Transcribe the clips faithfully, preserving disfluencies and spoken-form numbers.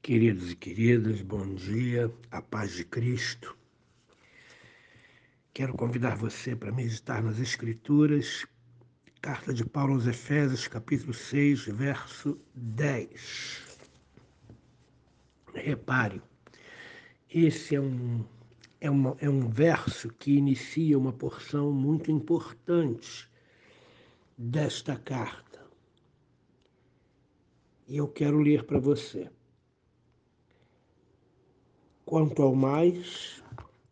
Queridos e queridas, bom dia, a paz de Cristo. Quero convidar você para meditar nas Escrituras, carta de Paulo aos Efésios, capítulo seis, verso dez. Repare, esse é um, é, uma, é um verso que inicia uma porção muito importante desta carta. E eu quero ler para você. Quanto ao mais,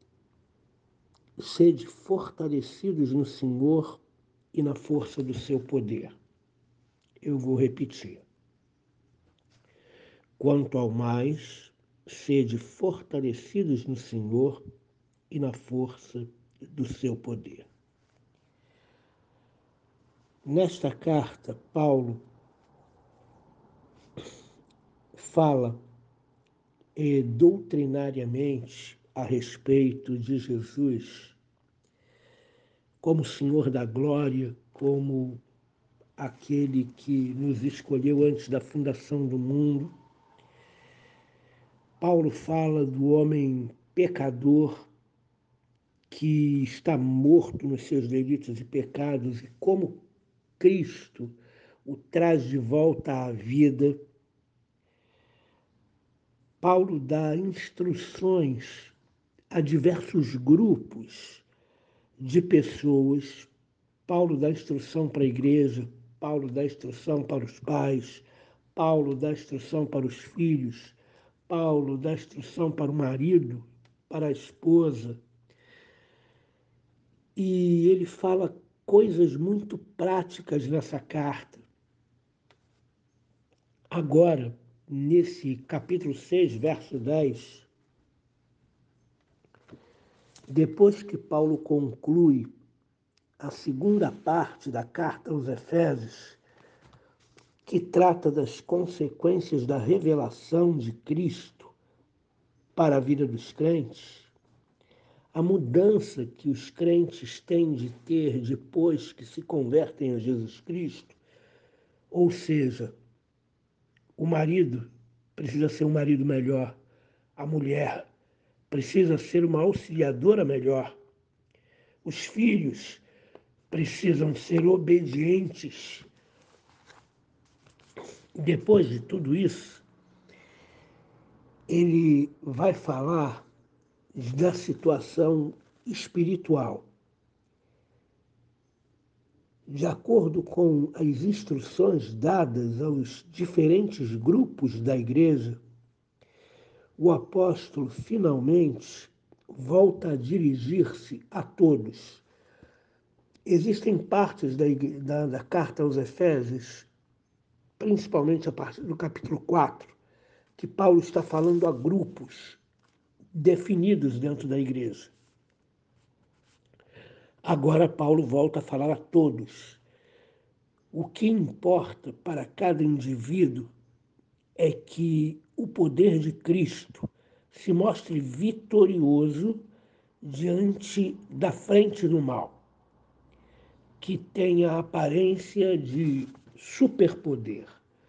sede fortalecidos no Senhor e na força do seu poder. Eu vou repetir. Quanto ao mais, sede fortalecidos no Senhor e na força do seu poder. Nesta carta, Paulo fala eh, doutrinariamente a respeito de Jesus como Senhor da glória, como aquele que nos escolheu antes da fundação do mundo. Paulo fala do homem pecador que está morto nos seus delitos e pecados e como Cristo o traz de volta à vida. Paulo dá instruções a diversos grupos de pessoas. Paulo dá instrução para a igreja, Paulo dá instrução para os pais, Paulo dá instrução para os filhos, Paulo dá instrução para o marido, para a esposa. E ele fala coisas muito práticas nessa carta. Agora, nesse capítulo seis, verso dez, depois que Paulo conclui a segunda parte da carta aos Efésios, que trata das consequências da revelação de Cristo para a vida dos crentes, a mudança que os crentes têm de ter depois que se convertem a Jesus Cristo, ou seja, o marido precisa ser um marido melhor, a mulher precisa ser uma auxiliadora melhor, os filhos precisam ser obedientes. Depois de tudo isso, ele vai falar da situação espiritual. De acordo com as instruções dadas aos diferentes grupos da igreja, o apóstolo finalmente volta a dirigir-se a todos. Existem partes da, da, da carta aos Efésios, principalmente a partir do capítulo quatro, que Paulo está falando a grupos definidos dentro da igreja. Agora Paulo volta a falar a todos. O que importa para cada indivíduo é que o poder de Cristo se mostre vitorioso diante da frente do mal, que tenha a aparência de superpoder.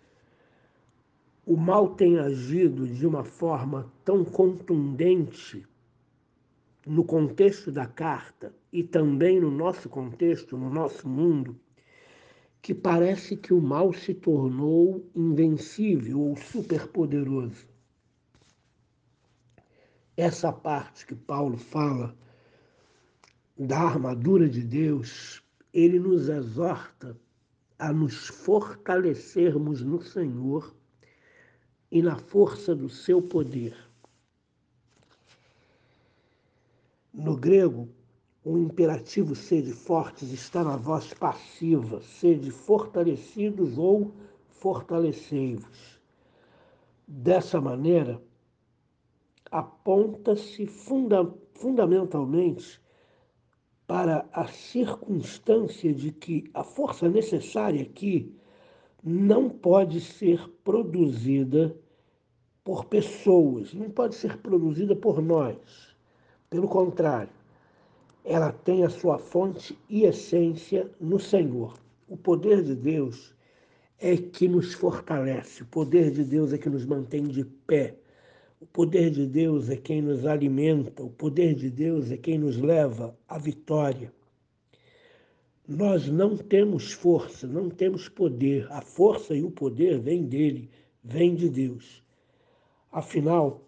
O mal tem agido de uma forma tão contundente no contexto da carta e também no nosso contexto, no nosso mundo, que parece que o mal se tornou invencível ou superpoderoso. Essa parte que Paulo fala da armadura de Deus, ele nos exorta a nos fortalecermos no Senhor e na força do seu poder. No grego, o imperativo sede fortes está na voz passiva, sede fortalecidos ou fortalecei-vos. Dessa maneira, aponta-se funda- fundamentalmente para a circunstância de que a força necessária aqui não pode ser produzida por pessoas, não pode ser produzida por nós. Pelo contrário, ela tem a sua fonte e essência no Senhor. O poder de Deus é que nos fortalece, o poder de Deus é que nos mantém de pé, o poder de Deus é quem nos alimenta, o poder de Deus é quem nos leva à vitória. Nós não temos força, não temos poder. A força e o poder vêm dele, vêm de Deus. Afinal,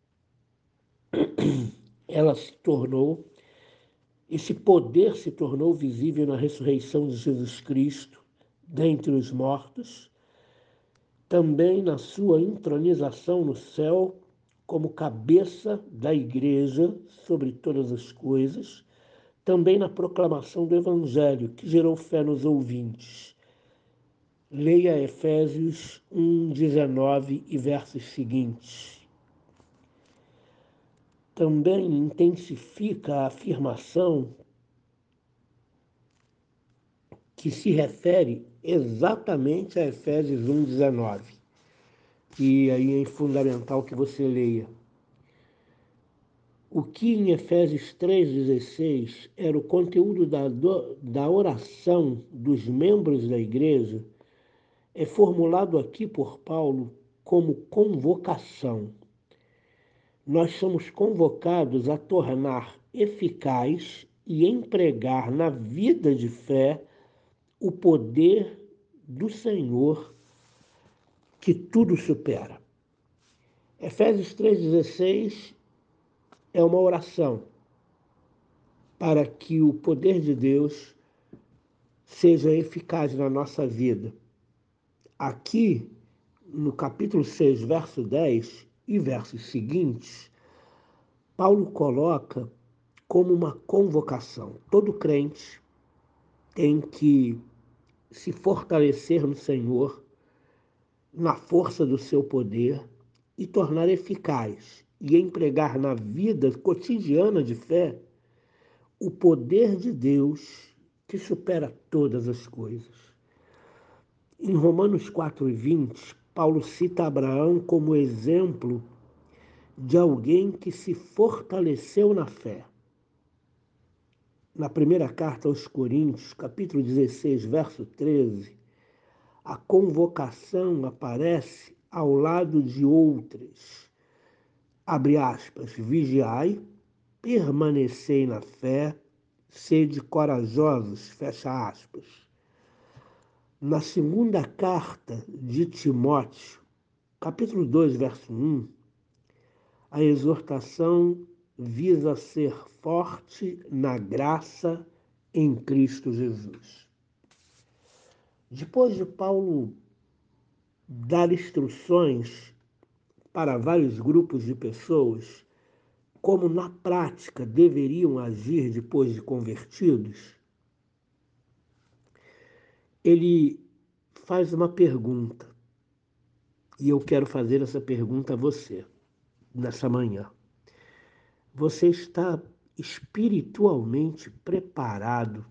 ela se tornou, esse poder se tornou visível na ressurreição de Jesus Cristo dentre os mortos, também na sua entronização no céu como cabeça da igreja sobre todas as coisas, também na proclamação do Evangelho, que gerou fé nos ouvintes. Leia Efésios um, dezenove e versos seguintes. Também intensifica a afirmação que se refere exatamente a Efésios um, dezenove. E aí é fundamental que você leia. O que em Efésios três, dezesseis era o conteúdo da, da oração dos membros da igreja é formulado aqui por Paulo como convocação. Nós somos convocados a tornar eficaz e empregar na vida de fé o poder do Senhor que tudo supera. Efésios três, dezesseis é uma oração para que o poder de Deus seja eficaz na nossa vida. Aqui, no capítulo seis, verso dez e versos seguintes, Paulo coloca como uma convocação. Todo crente tem que se fortalecer no Senhor, na força do seu poder e tornar eficaz e empregar na vida cotidiana de fé o poder de Deus que supera todas as coisas. Em Romanos quatro, vinte, Paulo cita Abraão como exemplo de alguém que se fortaleceu na fé. Na primeira carta aos Coríntios, capítulo dezesseis, verso treze, a convocação aparece ao lado de outras. Abre aspas, vigiai, permanecei na fé, sede corajosos, fecha aspas. Na segunda carta de Timóteo, capítulo dois, verso um, a exortação visa ser forte na graça em Cristo Jesus. Depois de Paulo dar instruções para vários grupos de pessoas, como na prática deveriam agir depois de convertidos, ele faz uma pergunta, e eu quero fazer essa pergunta a você, nessa manhã. Você está espiritualmente preparado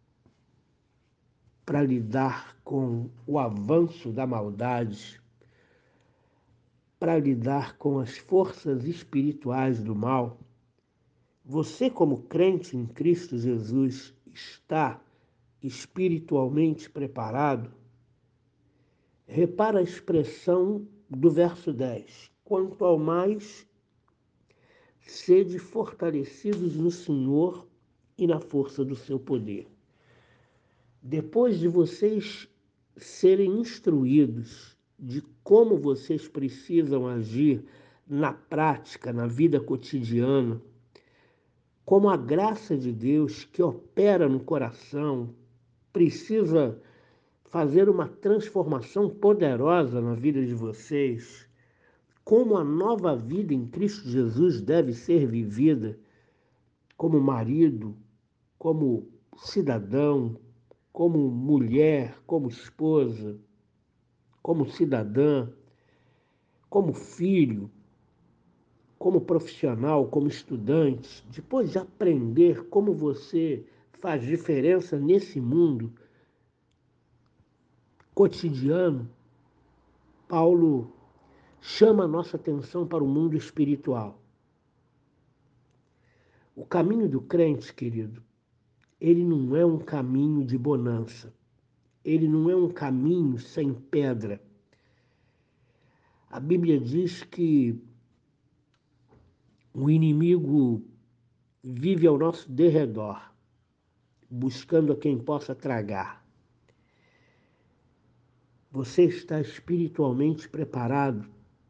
para lidar com o avanço da maldade, para lidar com as forças espirituais do mal? Você, como crente em Cristo Jesus, está espiritualmente preparado? Repara a expressão do verso dez. Quanto ao mais, sede fortalecidos no Senhor e na força do seu poder. Depois de vocês serem instruídos de como vocês precisam agir na prática, na vida cotidiana, como a graça de Deus que opera no coração precisa fazer uma transformação poderosa na vida de vocês, como a nova vida em Cristo Jesus deve ser vivida como marido, como cidadão, como mulher, como esposa, como cidadã, como filho, como profissional, como estudante, depois de aprender como você faz diferença nesse mundo cotidiano, Paulo chama a nossa atenção para o mundo espiritual. O caminho do crente, querido, ele não é um caminho de bonança. ele não é um caminho sem pedra. A Bíblia diz que o inimigo vive ao nosso derredor, buscando a quem possa tragar. Você está espiritualmente preparado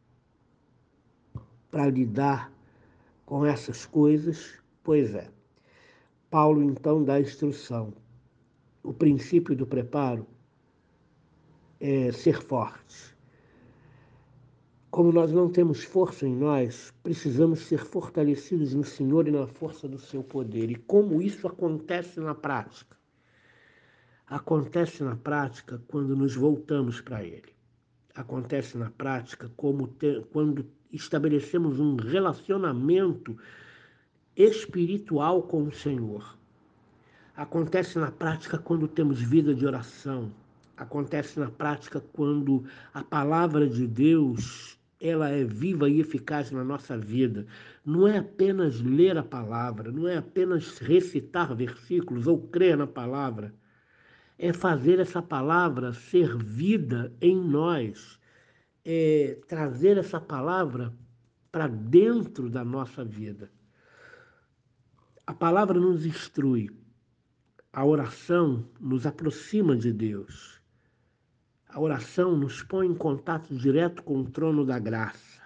para lidar com essas coisas? Pois é. Paulo então dá a instrução. O princípio do preparo é ser forte. Como nós não temos força em nós, precisamos ser fortalecidos no Senhor e na força do seu poder. E como isso acontece na prática? Acontece na prática quando nos voltamos para Ele. Acontece na prática como te, quando estabelecemos um relacionamento espiritual com o Senhor. Acontece na prática quando temos vida de oração. Acontece na prática quando a palavra de Deus ela é viva e eficaz na nossa vida. Não é apenas ler a palavra, não é apenas recitar versículos ou crer na palavra. É fazer essa palavra ser vida em nós. É trazer essa palavra para dentro da nossa vida. A palavra nos instrui. A oração nos aproxima de Deus. A oração nos põe em contato direto com o trono da graça.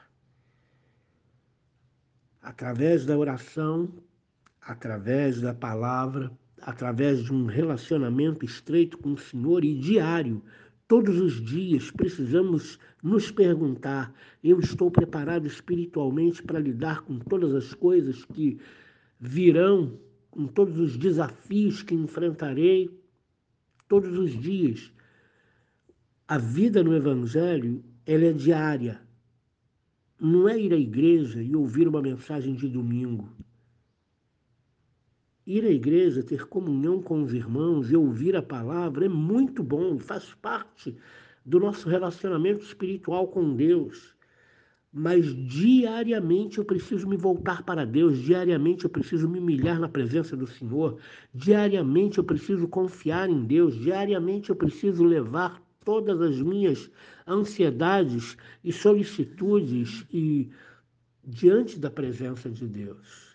Através da oração, através da palavra, através de um relacionamento estreito com o Senhor e diário, todos os dias precisamos nos perguntar: eu estou preparado espiritualmente para lidar com todas as coisas que virão, com todos os desafios que enfrentarei todos os dias? A vida no Evangelho, ela é diária. Não é ir à igreja e ouvir uma mensagem de domingo. Ir à igreja, ter comunhão com os irmãos e ouvir a palavra é muito bom, faz parte do nosso relacionamento espiritual com Deus. Mas diariamente eu preciso me voltar para Deus, diariamente eu preciso me humilhar na presença do Senhor, diariamente eu preciso confiar em Deus, diariamente eu preciso levar todas as minhas ansiedades e solicitudes e diante da presença de Deus.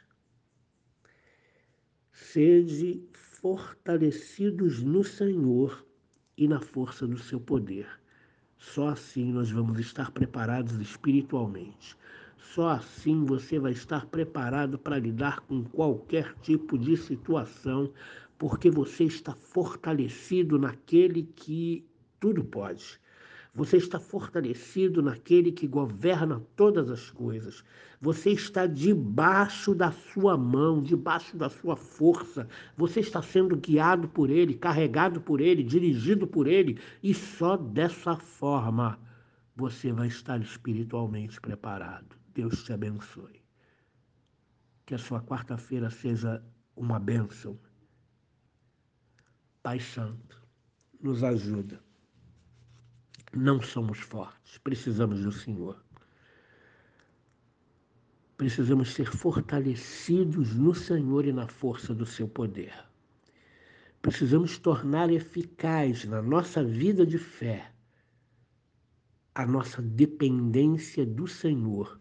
Sede fortalecidos no Senhor e na força do seu poder. Só assim nós vamos estar preparados espiritualmente. Só assim você vai estar preparado para lidar com qualquer tipo de situação, porque você está fortalecido naquele que tudo pode. Você está fortalecido naquele que governa todas as coisas. Você está debaixo da sua mão, debaixo da sua força. Você está sendo guiado por Ele, carregado por Ele, dirigido por Ele. E só dessa forma você vai estar espiritualmente preparado. Deus te abençoe. Que a sua quarta-feira seja uma bênção. Pai Santo, nos ajuda. Não somos fortes, precisamos do Senhor. Precisamos ser fortalecidos no Senhor e na força do seu poder. Precisamos tornar eficaz na nossa vida de fé a nossa dependência do Senhor,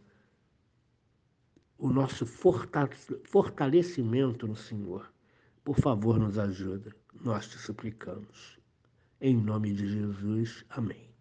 o nosso fortalecimento no Senhor. Por favor, nos ajuda. Nós te suplicamos. Em nome de Jesus. Amém.